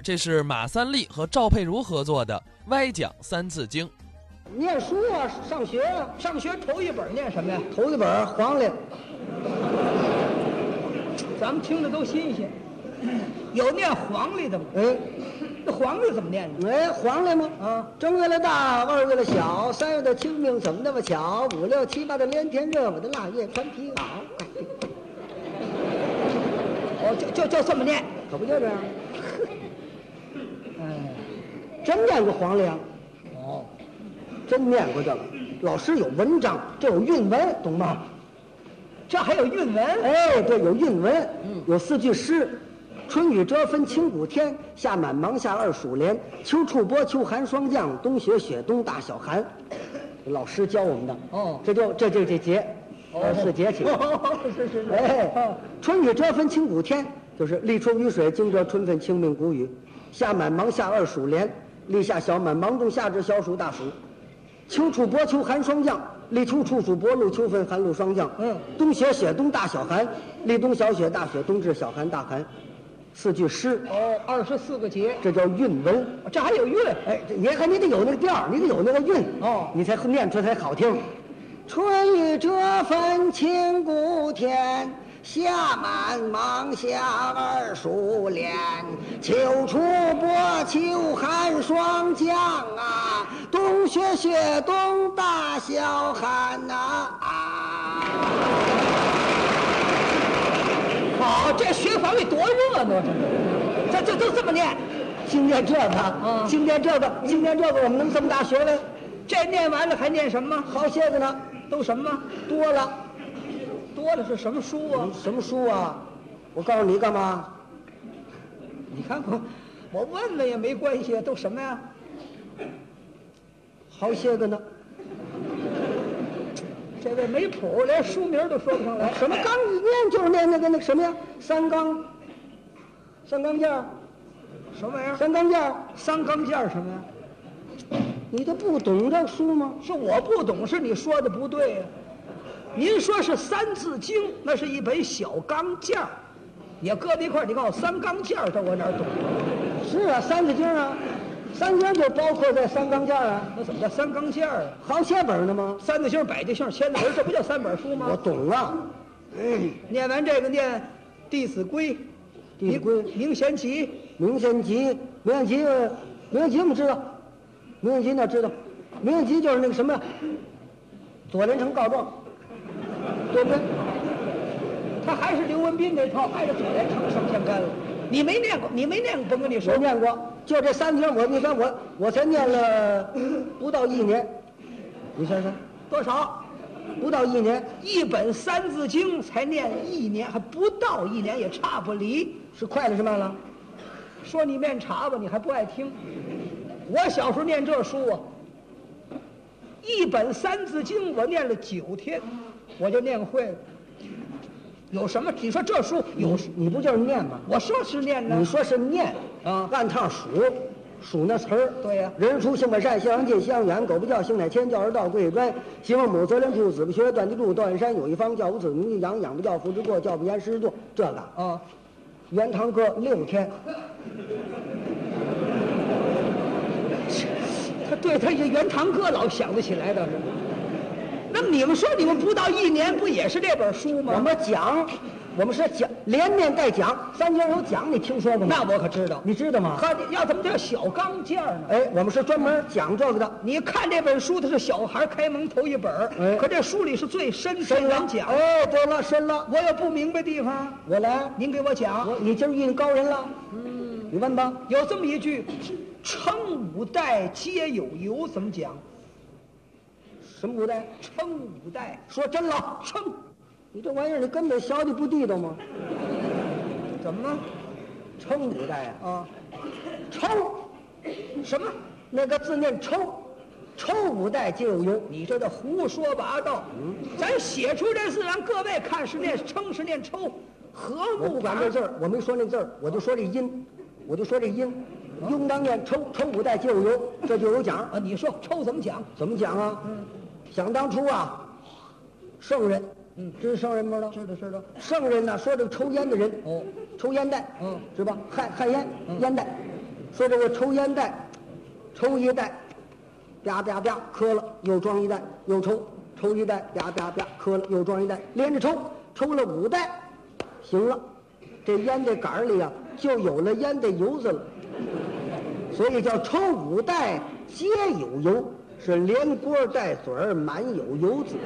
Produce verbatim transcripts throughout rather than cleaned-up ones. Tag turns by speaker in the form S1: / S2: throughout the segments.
S1: 这是马三立和赵佩茹合作的《歪讲三字经》。
S2: 念书啊，上学啊，
S3: 上学头一本念什么呀？
S2: 头一本黄历，
S3: 咱们听着都新鲜。有念黄历的吗？
S2: 哎，
S3: 那黄历怎么念呢？
S2: 哎，黄历吗？
S3: 啊，
S2: 正月的大，二月的小，三月的清明，怎么那么巧？五六七八的连天热，我的腊月穿皮袄。
S3: 哦，就就就这么念，
S2: 可不就这样？哎，真念过黄历啊？
S3: 哦，
S2: 真念过这个。老师有文章，这有韵文，懂吗？
S3: 这还有韵文？
S2: 哎，对，有韵文，
S3: 嗯
S2: 有四句诗：春雨遮分清谷天，夏满芒夏二暑连，秋处波秋寒霜降，冬雪雪冬大小寒。老师教我们的。
S3: 哦
S2: 这就这这这节，二十四节气。
S3: 哦，是是是。
S2: 哎，
S3: 哦
S2: 春雨遮分清谷天，就是立春雨水，惊蛰春分，清明谷雨。夏满芒夏二暑连，立夏小满，芒种夏至，小暑大暑。秋处波秋寒霜降，立秋处暑薄露秋分，寒露霜降。
S3: 嗯，
S2: 冬雪雪冬大小寒，立冬小雪大雪，冬至小寒大寒。四句诗，
S3: 哦，二十四个节，
S2: 这叫韵文。
S3: 这还有韵。
S2: 哎，这你还你得有那个调儿，你得有那个韵
S3: 哦
S2: 你才念出来才好听。春雨遮分清谷天，夏满芒夏二暑连，秋处波秋寒霜降啊，冬雪雪冬大小寒呐啊！
S3: 好，这学房里多热闹，这这这都这么念。
S2: 净念这个，
S3: 嗯
S2: 净念这个，净念这个，我们能这么大学问？
S3: 这念完了还念什么？
S2: 好些个呢，
S3: 都什么？
S2: 多了。
S3: 多了是什么书啊？
S2: 什么书啊？我告诉你干嘛？
S3: 你看我，我问问也没关系，都什么呀？
S2: 好些个呢。
S3: 这位没谱，连书名都说不上来。
S2: 什么纲一念就是念那个那个什么呀？三纲，三纲件儿，
S3: 什么玩意儿？
S2: 三纲件儿，
S3: 三纲件儿什么呀？
S2: 你都不懂这书吗？
S3: 是我不懂，是你说的不对呀、您说是《三字经》，那是一本小钢件儿，也搁在一块儿，你告诉我三钢件儿，这我哪儿懂？
S2: 是啊，三字经啊，三字经就包括在三纲件儿啊。
S3: 那怎么叫三钢件儿啊？
S2: 好些本呢吗？
S3: 三字经、百家姓、千字文，这不叫三本书
S2: 我
S3: 吗？
S2: 懂了。嗯，
S3: 念完这个念《弟子规》，《
S2: 弟子规
S3: 明明贤集》，
S2: 明贤集，明贤集，呃明贤集我们知道，明贤集那知道，明贤集就是那个什么，左连城告状，对不对？
S3: 他还是刘文斌那套，还是左连城升相干了。你没念过，你没念过，甭跟你说
S2: 我。念过，就这三经，我你看我我才念了不到一年，你想想，
S3: 多少？
S2: 不到一年，
S3: 一本《三字经》才念一年，还不到一年，也差不离。
S2: 是快了是慢了？
S3: 说你面茶吧，你还不爱听。我小时候念这书啊，一本《三字经》我念了九天，我就念会了。有什么？你说这书有？
S2: 你你不就是念吗？
S3: 我说是念呢。
S2: 你说是念
S3: 啊
S2: 按趟数，数那词儿。
S3: 对呀
S2: 人出性本善，性相近，性相远。狗不叫，性乃迁。教而道，贵以专。媳妇母，责人处。子不学，断其路。断山有一方，教无子，名利养。养不教，父之过。教不严，师之惰。这个
S3: 啊，
S2: 原堂歌六天。
S3: 他对他这原堂歌老想得起来倒是。那么你们说你们不到一年不也是这本书吗？
S2: 我们讲，我们是讲连念带讲，三经有讲，你听说过吗？
S3: 那我可知道。
S2: 你知道吗？
S3: 呵，要怎么叫小钢件儿呢？
S2: 哎，我们是专门讲这个的。
S3: 你看这本书，它是小孩开蒙头一本儿，
S2: 哎
S3: 可这书里是最深
S2: 深了
S3: 难讲。
S2: 哎，对了，深了。
S3: 我有不明白地方，
S2: 我来，
S3: 您给我讲。
S2: 我你今儿遇见高人了。嗯，你问吧。
S3: 有这么一句：“称五代皆有由”，怎么讲？
S2: 什么五代？
S3: 称五代，
S2: 说真了，
S3: 称
S2: 你这玩意儿你根本学的不地道吗？
S3: 怎么了？
S2: 称五代啊，
S3: 啊，
S2: 抽
S3: 什么？
S2: 那个字念抽，抽五代皆有由。
S3: 你这叫胡说八道！
S2: 嗯
S3: 咱写出这字，让各位看是念称是念抽，何
S2: 我不
S3: 不
S2: 管这字儿，我没说那字儿，我就说这音，我就说这音，应当念抽，抽五代皆有由，这就有奖。
S3: 啊？你说抽怎么讲？
S2: 怎么讲啊？
S3: 嗯，
S2: 想当初啊，圣人，
S3: 嗯
S2: 知圣人不知道？
S3: 知道知道。
S2: 圣人呢，说这个抽烟的人，
S3: 哦，
S2: 抽烟袋，
S3: 嗯，
S2: 是吧？旱旱烟，
S3: 嗯
S2: 烟袋， 说这个抽烟袋，抽一袋，啪啪啪磕了，又装一袋，又抽，抽一袋，啪啪啪磕了，又装一袋，连着抽，抽了五袋，行了，这烟的杆里啊就有了烟的油子了，所以叫抽五袋皆有油，是连锅带嘴儿满有油子。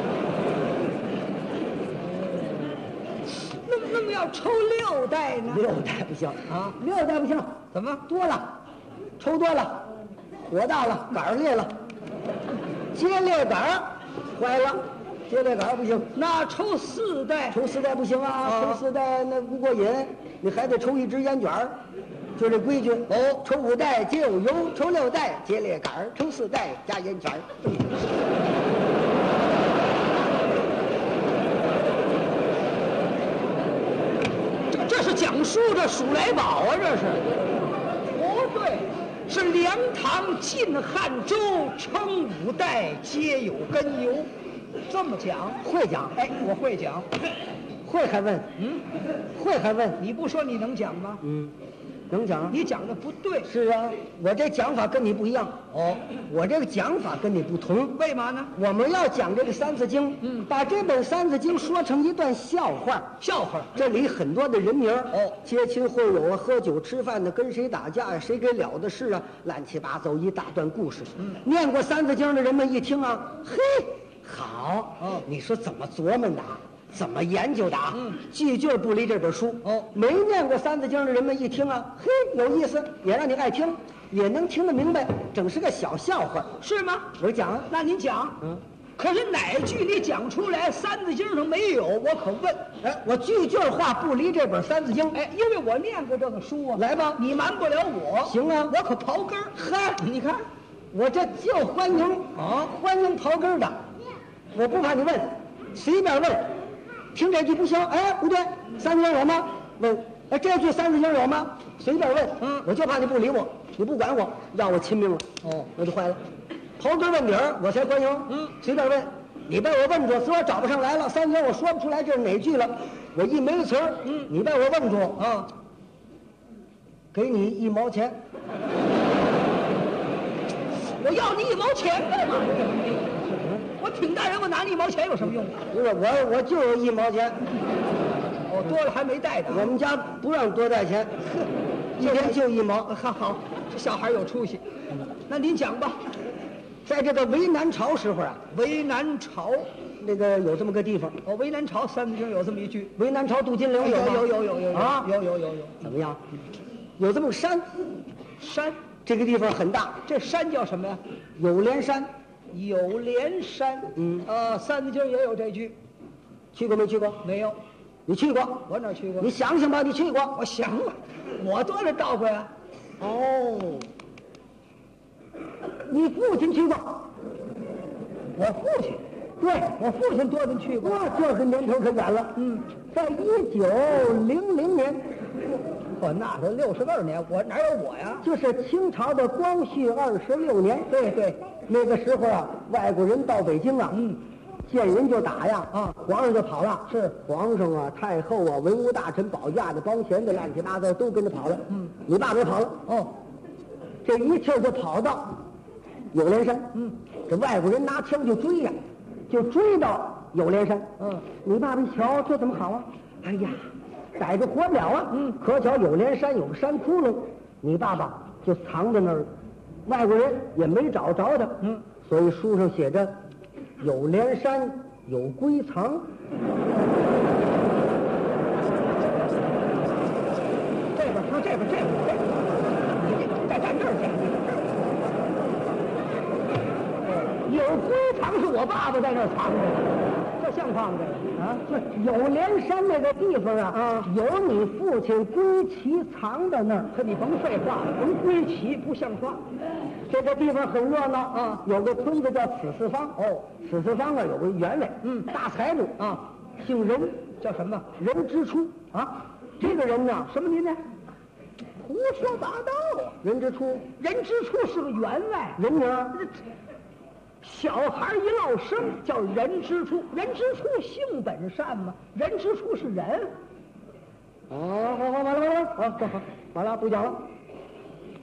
S3: 那么那么要抽六袋呢？
S2: 六袋不行
S3: 啊，
S2: 六袋不行，
S3: 怎么？
S2: 多了，抽多了，火大了，杆儿裂了，接裂杆儿坏了，接裂杆儿不行。
S3: 那抽四袋，
S2: 抽四袋不行啊，
S3: 啊
S2: 抽四袋那不过瘾，你还得抽一支烟卷儿，就这规矩。哦，抽五袋皆有油，抽六袋接裂杆儿，抽四袋加烟卷儿。
S3: 这这是讲述这数来宝啊，这是。不对，是梁唐晋汉周称五代皆有根由，这么讲。
S2: 会讲，
S3: 哎，我会讲。
S2: 会还问，
S3: 嗯，
S2: 会还问，
S3: 你不说你能讲吗？
S2: 嗯，能讲。
S3: 你讲的不对。
S2: 是啊，我这讲法跟你不一样。哦，我这个讲法跟你不同。
S3: 为嘛呢？
S2: 我们要讲这个《三字经》，
S3: 嗯
S2: 把这本《三字经》说成一段笑话。
S3: 笑话。
S2: 这里很多的人名儿
S3: 哦，
S2: 接亲会友啊，喝酒吃饭的，跟谁打架呀、谁给了的事啊，乱七八糟一大段故事。嗯，念过《三字经》的人们一听啊，嘿，好，
S3: 哦
S2: 你说怎么琢磨的？怎么研究的啊？
S3: 嗯，
S2: 句句不离这本书。
S3: 哦，
S2: 没念过《三字经》的人们一听啊，嘿，有意思，也让你爱听，也能听得明白，整是个小笑话。
S3: 是吗？
S2: 我讲啊，
S3: 那您讲。
S2: 嗯，
S3: 可是哪句你讲出来，《三字经》上没有，我可问。
S2: 哎，我句句话不离这本《三字经》。
S3: 哎，因为我念过这个书啊。
S2: 来吧，
S3: 你瞒不了我。
S2: 行啊，
S3: 我可刨根儿。
S2: 嗨，
S3: 你看，
S2: 我这就欢迎
S3: 啊，
S2: 欢迎刨根儿的，我不怕你问，随便问。听这句不行，哎，不对，三字经有吗？问，哎，这句三字经有吗？随便问，
S3: 嗯，
S2: 我就怕你不理我，你不管我，让我亲命了，
S3: 哦，
S2: 那就坏了。刨根问底儿，我才欢迎，
S3: 嗯，
S2: 随便问，你被我问住，自个儿找不上来了，三字经我说不出来这是哪句了，我一没词儿，
S3: 嗯，
S2: 你被我问住，
S3: 啊，
S2: 给你一毛钱，
S3: 我要你一毛钱干嘛？我挺大人，我拿你一毛钱有什么用？
S2: 不是我，我就有一毛钱。
S3: 我多了还没带的。
S2: 我们家不让多带钱，一天就一毛。
S3: 好好，这小孩有出息。那您讲吧。
S2: 在这个为南朝时候啊，
S3: 为南朝，
S2: 那个有这么个地方。
S3: 哦，为南朝《三字经》有这么一句。
S2: 为南朝镀金陵有吗？
S3: 有有有有有
S2: 啊，
S3: 有有有有。
S2: 怎么样？有这么个山，
S3: 山，
S2: 这个地方很大。
S3: 这山叫什么呀？
S2: 有连山。
S3: 有连山。
S2: 嗯。
S3: 呃，《三字经》也有这句。
S2: 去过没去过？
S3: 没有。
S2: 你去过？
S3: 我哪去过？
S2: 你想想吧，你去过？
S3: 我想了，我多少到过呀？
S2: 哦，你父亲去过？
S3: 我父亲，对我父亲多的去过。
S2: 哇，这个年头可远了。
S3: 嗯，
S2: 在一九零零年，
S3: 我那都六十二年，我哪有我呀？
S2: 就是清朝的光绪二十六年。
S3: 对对，
S2: 那个时候啊，外国人到北京啊，
S3: 嗯。
S2: 见人就打呀，
S3: 啊，
S2: 皇上就跑了。
S3: 是
S2: 皇上啊，太后啊，文武大臣、保驾的、帮闲的，乱七八糟都跟着跑了。
S3: 嗯，
S2: 你爸别跑了。
S3: 哦，
S2: 这一气儿就跑到有连山。
S3: 嗯，
S2: 这外国人拿枪就追呀，就追到有连山。
S3: 嗯，
S2: 你爸爸一瞧，这怎么好啊？哎呀，逮着活不了啊。
S3: 嗯，
S2: 可巧有连山有个山窟窿，你爸爸就藏在那儿，外国人也没找着他。
S3: 嗯，
S2: 所以书上写着。有连山有归藏，
S3: 这边说这边这边这边，在咱这儿讲，
S2: 有归藏是我爸爸在那儿藏的，这像话吗？这啊，这有连山那个地方啊，啊，有你父亲归齐藏在那儿。
S3: 可你甭废话了，甭归齐不像话。
S2: 这个地方很热闹
S3: 啊，
S2: 有个村子叫此四方。哦，此四方啊有个员外，
S3: 嗯，
S2: 大财主
S3: 啊，
S2: 姓任，
S3: 叫什么？
S2: 任之初啊。这个人呢，
S3: 什么您呢？胡说八道啊！
S2: 任之初，
S3: 任之初是个员外，
S2: 人名。
S3: 小孩一落生叫任之初，任之初性本善嘛，任之初是人。
S2: 哦，好好，完了完了，好，这好，完了不讲了。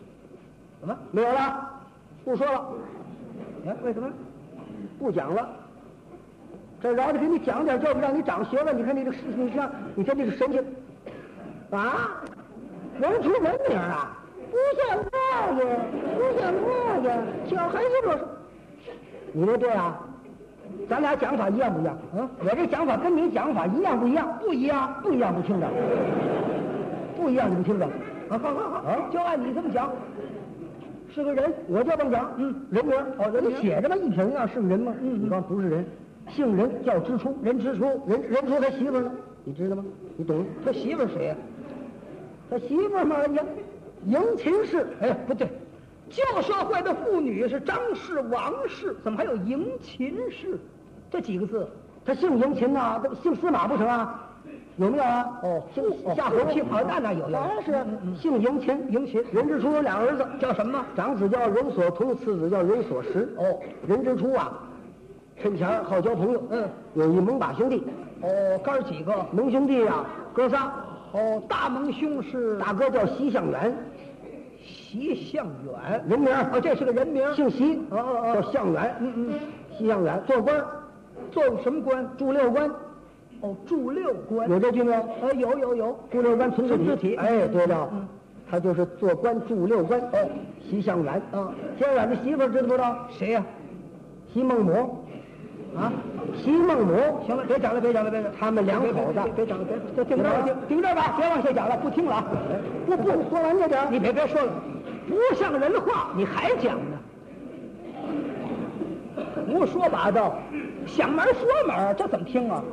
S3: 么？
S2: 没有了，不说了。
S3: 哎，为什么？
S2: 不讲了。这饶得给你讲点，这不让你长学问。你看你这个，你看，你看这个神情，啊，人出人名啊，不像话呀，不像话呀，小孩子说，你那对啊？咱俩讲法一样不一样？嗯，我这讲法跟你讲法一样不一样？不一样，不一样，不听着，不一样，你不听着。啊，好好好，啊，就按你这么讲。是个人，我就这么讲。嗯，人名哦，人名写着吗？一撇一样是个人吗？嗯，你说不是人，姓任，叫支出，任支出，任任出他媳妇呢？你知道吗？你懂？
S3: 他媳妇谁呀？
S2: 他媳妇嘛，迎迎秦氏。
S3: 哎，不对，旧社会的妇女是张氏、王氏，怎么还有迎秦氏？这几个字，
S2: 他姓迎秦呐，这姓司马不成啊？有没有啊？
S3: 哦，
S2: 姓
S3: 哦
S2: 夏侯
S3: 姓啊，那那有有，
S2: 当然是姓迎秦，
S3: 迎秦。
S2: 任之初有俩儿子，
S3: 叫什么？
S2: 长子叫任所图，次子叫任所识。
S3: 哦，
S2: 任之初啊，趁前儿好交朋友。
S3: 嗯，
S2: 有一盟把兄弟。
S3: 哦，哥儿几个？
S2: 盟兄弟啊，哥仨。
S3: 哦，大盟兄是
S2: 大哥叫席向远，
S3: 席向远，
S2: 人名
S3: 哦，这是个人名，
S2: 姓席，
S3: 哦哦哦，
S2: 叫向远。
S3: 嗯嗯，
S2: 席向远做官，
S3: 做什么官？
S2: 驻六官。
S3: 哦，驻六官
S2: 有这句没有？
S3: 呃，有有有，
S2: 驻六官存字
S3: 存字体。
S2: 哎，对了，
S3: 嗯，
S2: 他就是做官驻六官。
S3: 哦，
S2: 席向远。
S3: 嗯，
S2: 向远的媳妇儿知道不知道？
S3: 谁呀？
S2: 席孟母。
S3: 啊，
S2: 席孟母。
S3: 行了，别讲了，别讲了，别讲了。
S2: 他们两口子。
S3: 别讲了，别，就听这儿，听听这儿吧，别往下讲了，不听了啊。
S2: 不不，说完这点儿，
S3: 你别别说了，不像人话，你还讲呢？胡说八道，想门说门，这怎么听啊？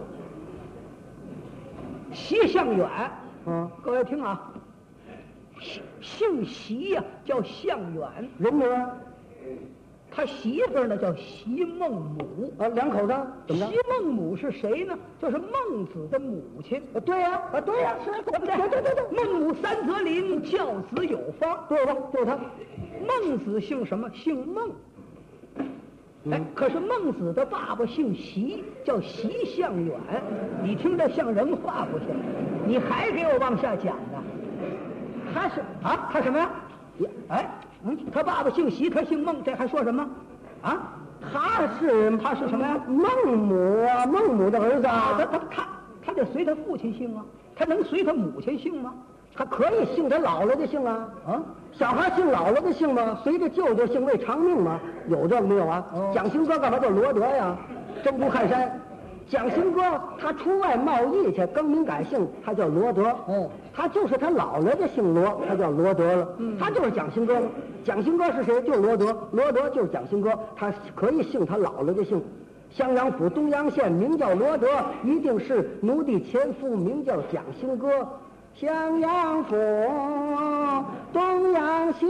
S3: 席向远，
S2: 嗯，
S3: 各位听啊，姓席呀、叫向远，
S2: 人名
S3: 他媳妇儿呢叫席孟母。
S2: 啊，两口子怎么着？
S3: 席孟母是谁呢？就是孟子的母亲。
S2: 啊，对呀，啊，对呀，是，
S3: 对不对？
S2: 对对对对，
S3: 孟母三择邻，教子有方。
S2: 对吧？就是他。
S3: 孟子姓什么？姓孟。
S2: 嗯
S3: 哎，可是孟子的爸爸姓席，叫席向远。你听着像人话不像？你还给我往下讲呢？他是啊，他什么呀？哎，嗯，他爸爸姓席，他姓孟，这还说什么？啊，
S2: 他是
S3: 他是什么呀？
S2: 孟母啊，孟母的儿子啊。
S3: 他他他他得随他父亲姓啊，他能随他母亲姓吗？
S2: 他可以姓他姥姥的姓啊。
S3: 啊，
S2: 小孩姓姥姥的姓吗？随着舅舅姓为长命吗？有这个没有啊？
S3: 哦
S2: 蒋兴哥干嘛叫罗德呀？真不看山。蒋兴哥他出外贸易去，更名改姓，他叫罗德。
S3: 哦，
S2: 他就是他姥姥的姓罗，他叫罗德了。
S3: 嗯
S2: 他就是蒋兴哥了。蒋兴哥是谁？就是罗德。罗德就是蒋兴哥，他可以姓他姥姥的姓。襄阳府东阳县名叫罗德，一定是奴婢前夫名叫蒋兴哥。襄阳府东阳县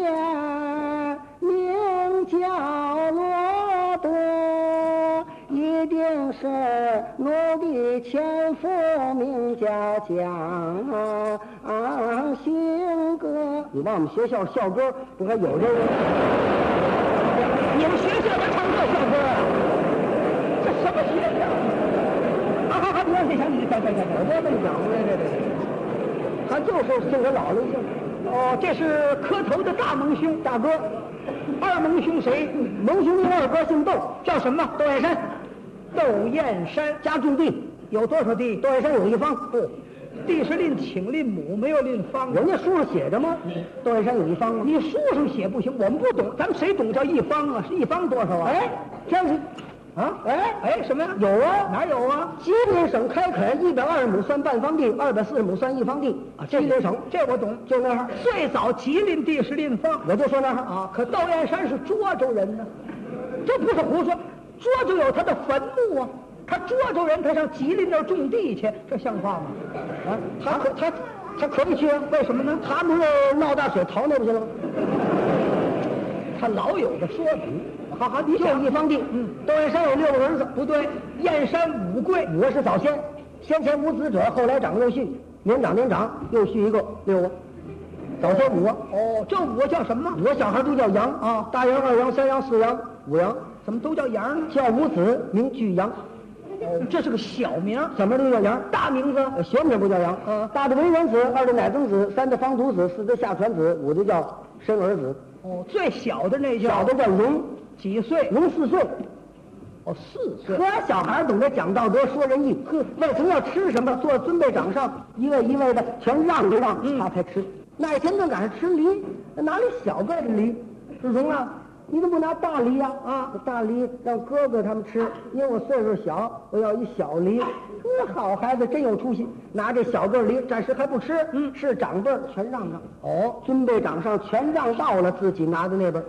S2: 名叫罗德，一定是奴婢前夫名叫蒋兴哥。你往我们学校校歌不还有这个？
S3: 你们学校还唱这校歌啊？这什么学校？好好好，别往下讲，你讲讲讲讲，
S2: 我这么讲，对对对对。他就是姓他姥姥姓。
S3: 哦，这是磕头的大蒙兄，
S2: 大哥，
S3: 二蒙兄谁？
S2: 蒙兄弟二哥姓窦，
S3: 叫什么？
S2: 窦燕山，
S3: 窦燕山。
S2: 家种地，
S3: 有多少地？
S2: 窦燕山有一方。
S3: 不，地是吝顷吝亩，没有吝方。
S2: 人家书上写着吗？窦燕山有一方吗？
S3: 你书上写不行，我们不懂，咱们谁懂叫一方啊？是一方多少啊？
S2: 哎，真是
S3: 啊，哎哎，什么呀？
S2: 有啊，
S3: 哪有啊？
S2: 吉林省开垦一百二十亩算半方地，二百四十亩算一方地啊。吉林省
S3: 这我懂，
S2: 就那儿。
S3: 最早吉林地是吝方，
S2: 我就说那儿
S3: 啊。可窦燕山是涿州人呢，这不是胡说。涿州有他的坟墓啊，他涿州人，他上吉林那儿种地去，这像话吗？
S2: 啊，他可他他可以去啊？
S3: 为什么呢？
S2: 他不是闹大水逃那边去了吗？
S3: 他老有个说法。好好，你
S2: 就一方地。
S3: 嗯，
S2: 窦燕山有六个儿子。
S3: 不对，燕山五贵，
S2: 五个是早先，先前无子者，后来长又续，年长年长又续一个，六个。早先五个。
S3: 哦，这五个叫什么？
S2: 五个小孩都叫羊
S3: 啊，
S2: 大羊、二羊、三羊、四羊、五羊。
S3: 怎么都叫羊呢？
S2: 叫五子名巨羊。
S3: 哦，这是个小名，
S2: 小名都叫羊。
S3: 大名字
S2: 学名不叫羊。
S3: 嗯，
S2: 大的为人子，二的乃曾子，三的方徒子，四的下传子，五的叫生儿子。
S3: 哦，最小的那叫
S2: 小的叫龙，
S3: 几岁？
S2: 龙四岁。
S3: 哦，四岁。
S2: 可小孩懂得讲道德、说仁义，呵，未曾要吃什么，坐尊卑掌上，一位一位的全让着让，
S3: 嗯
S2: 他才吃。那天正赶上吃梨，哪里小个的梨？志荣啊，你怎么不拿大梨呀？啊，大梨让哥哥他们吃，因为我岁数小，我要一小梨。这好孩子真有出息，拿这小个梨，暂时还不吃，
S3: 嗯
S2: 是长辈儿全让让。
S3: 哦，
S2: 尊卑掌上全让到了，自己拿的那边儿。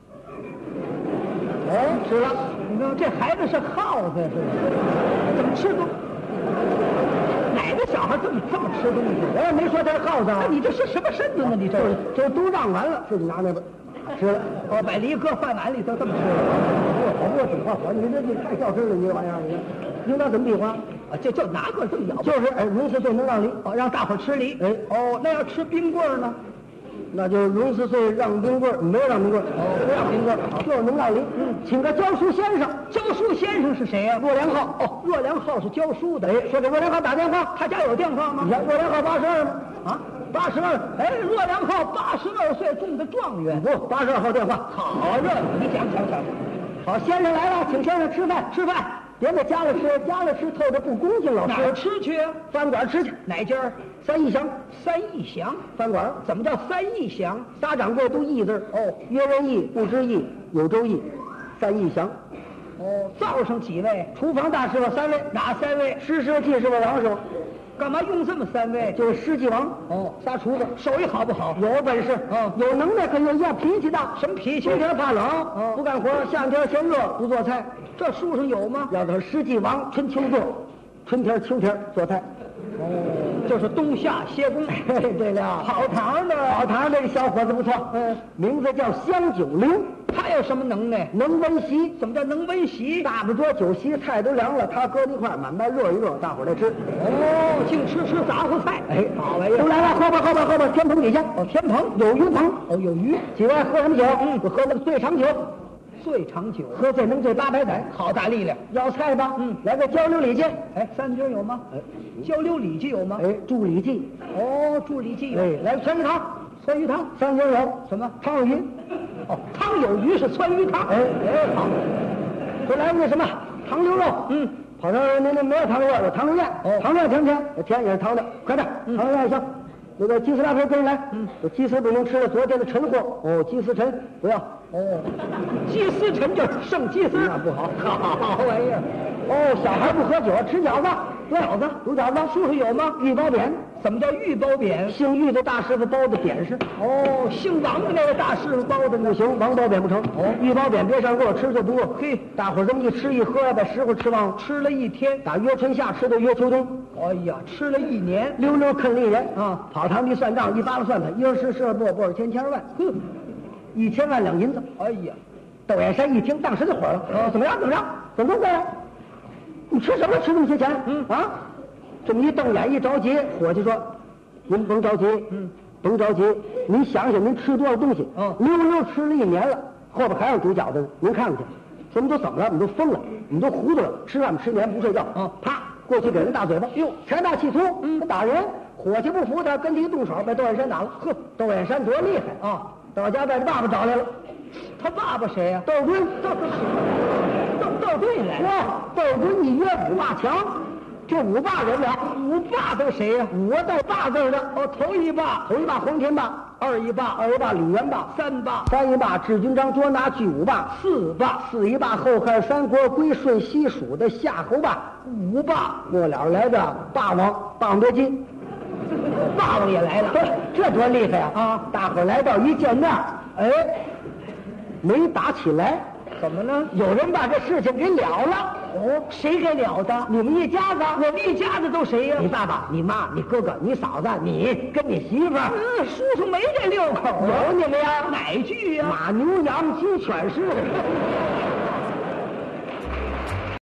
S2: 哎，吃了。
S3: 你看这孩子是耗子呀，是吧？怎么吃东？哪个小孩这么这么吃东西？
S2: 我也没说他是耗子啊
S3: 那，你这是什么身子呢？你这是
S2: 这都让完了，自己拿那边吃了。
S3: 哦，把梨搁饭碗里头这么吃
S2: 好不会整话活，你这你太较真了，你这玩意儿，你这应当怎么比划？
S3: 啊？就就拿个这么咬，
S2: 就是哎，龙四岁能让梨，
S3: 哦，让大伙儿吃梨。
S2: 哎
S3: 哦，那要吃冰棍儿呢？
S2: 那就龙四岁让冰棍儿，没有让冰棍儿，
S3: 哦，不让冰棍儿，
S2: 就是能让梨。嗯，请个教书先生，
S3: 教书先生是谁呀？
S2: 骆良浩。
S3: 哦，骆良浩是教书的。
S2: 哎，说给骆良浩打电话，
S3: 他家有电话吗
S2: 你？看骆良浩八十二吗？
S3: 啊，
S2: 八十二，
S3: 哎，骆良浩八十二岁中的状元。
S2: 不，八十二号电话。
S3: 好热闹，你讲讲讲。
S2: 好，先生来了，请先生吃饭，吃饭，别在家里吃，家里吃透着不恭敬，老
S3: 哪儿
S2: 师。
S3: 吃去啊？
S2: 饭馆吃去，
S3: 哪家儿？
S2: 三义祥
S3: 三义祥。
S2: 饭馆。
S3: 怎么叫三义祥？
S2: 仨掌柜都义字儿
S3: 哦，
S2: 约人义、不知义、有周义，三义祥。
S3: 哦，灶上几位？
S2: 厨房大师傅三位，
S3: 哪三位？
S2: 师师傅、技师傅、王师傅，
S3: 干嘛用这么三位？
S2: 就是师技王。
S3: 哦，
S2: 仨厨子，
S3: 手艺好不好？
S2: 有本事，
S3: 嗯
S2: 有能耐，可有一样脾气大。
S3: 什么脾气
S2: 冬？天怕冷，
S3: 嗯
S2: 不干活；夏天嫌热，不做菜。
S3: 这书上有吗？
S2: 要的是师技王，春秋做，春天、秋天做菜。
S3: 哦，就是冬夏歇工。
S2: 嘿，对了，
S3: 跑堂的，
S2: 跑堂这个小伙子不错，
S3: 嗯，
S2: 名字叫香九龄，
S3: 他有什么能耐？
S2: 能温席。
S3: 怎么叫能温席？
S2: 大不桌酒席菜都凉了，他搁一块儿满班热一热，大伙儿来吃。
S3: 哦，净吃吃杂货菜。
S2: 哎，
S3: 好玩意儿。
S2: 都来了，后边后边后边，天棚底下
S3: 哦，天棚
S2: 有鱼棚，
S3: 哦，有鱼，
S2: 几位喝什么酒？
S3: 嗯
S2: 我喝那个醉长酒，
S3: 醉长酒，
S2: 喝醉能醉八百载。
S3: 好大力量。
S2: 要菜吧？
S3: 嗯
S2: 来个交流礼记。
S3: 哎，三军有吗？
S2: 哎，
S3: 交流礼记有吗？
S2: 哎，助礼记。
S3: 哦，助礼记有。
S2: 哎，来个川鱼汤，
S3: 川鱼汤。
S2: 三军有
S3: 什么？
S2: 汤有鱼。
S3: 哦，汤有鱼是川鱼汤。
S2: 哎哎，好。说来个那什么糖溜肉。
S3: 嗯，
S2: 跑这儿那那没有糖溜肉，有糖溜面。
S3: 哦
S2: 糖面甜不甜？甜也是糖的，快点，
S3: 嗯
S2: 糖溜面也行。那个鸡丝拉皮跟人来。嗯，有鸡丝不能吃了，昨天的陈货。哦，鸡丝陈不要。
S3: 哦，鸡丝陈就是剩鸡丝，
S2: 那不好
S3: 好玩意儿。
S2: 哦，小孩不喝酒，吃饺子。
S3: 饺子
S2: 煮饺子，
S3: 书上有吗？
S2: 玉包匾，
S3: 怎么叫玉包匾？
S2: 姓玉的大师傅包的匾是。
S3: 哦，姓王的那个大师傅包的呢？
S2: 不行，王包匾不成。
S3: 哦
S2: 玉包匾别上锅，吃就不饿。
S3: 嘿，
S2: 大伙儿这么一吃一喝，把时候吃忘了。
S3: 吃了一天。
S2: 打约春夏吃到约秋冬，
S3: 哎呀，吃了一年。
S2: 溜溜坑里人
S3: 啊，
S2: 跑堂一算账，一扒拉算盘，一儿十十二波，波儿千千万，呵，一千万两银子。
S3: 哎呀，
S2: 窦燕山一听，当时就火了。
S3: 啊
S2: 怎么样？怎么样？怎么着？你吃什么吃那么些钱？
S3: 嗯
S2: 啊，这么一瞪眼一着急，伙计说：“您甭着急，
S3: 嗯，
S2: 甭着急，您想想您吃多少东西？
S3: 嗯
S2: 溜溜吃了一年了，后边还让煮饺子呢，您看看去。说你都怎么了？你都疯了？你都糊涂了？吃饭吃年不睡觉？
S3: 嗯
S2: 啪，过去给人大嘴巴，哟，财大气粗，
S3: 嗯
S2: 他打人，伙计不服他，跟他一动手，把窦燕山打了。呵，窦燕山多厉害
S3: 啊！
S2: 到家把他爸爸找来了，
S3: 他爸爸谁呀？
S2: 窦敦，
S3: 窦窦窦盾来了。
S2: 哇，窦敦一约五霸强，这五霸人了，
S3: 五霸都谁呀？
S2: 五个带霸字的。
S3: 哦，头一霸，
S2: 头一霸黄天霸，
S3: 二一霸，
S2: 二一霸李元霸，
S3: 三霸，
S2: 三一霸智军章捉拿巨无霸，
S3: 四霸，
S2: 四一霸后汉三国归顺西蜀的夏侯霸，
S3: 五霸，
S2: 末了来个霸王霸王别姬，
S3: 霸王也来了。
S2: 对，这多厉害呀！
S3: 啊，
S2: 大伙儿来到一见面，哎，没打起来，
S3: 怎么呢？
S2: 有人把这事情给了了。
S3: 哦，谁给了的？
S2: 你们一家子，
S3: 我们一家子都谁呀？
S2: 你爸爸、你妈、你哥哥、你嫂子、你跟你媳妇儿。
S3: 嗯，书上没这六口啊。
S2: 有你们呀？
S3: 哪句呀？
S2: 马牛羊鸡犬狮。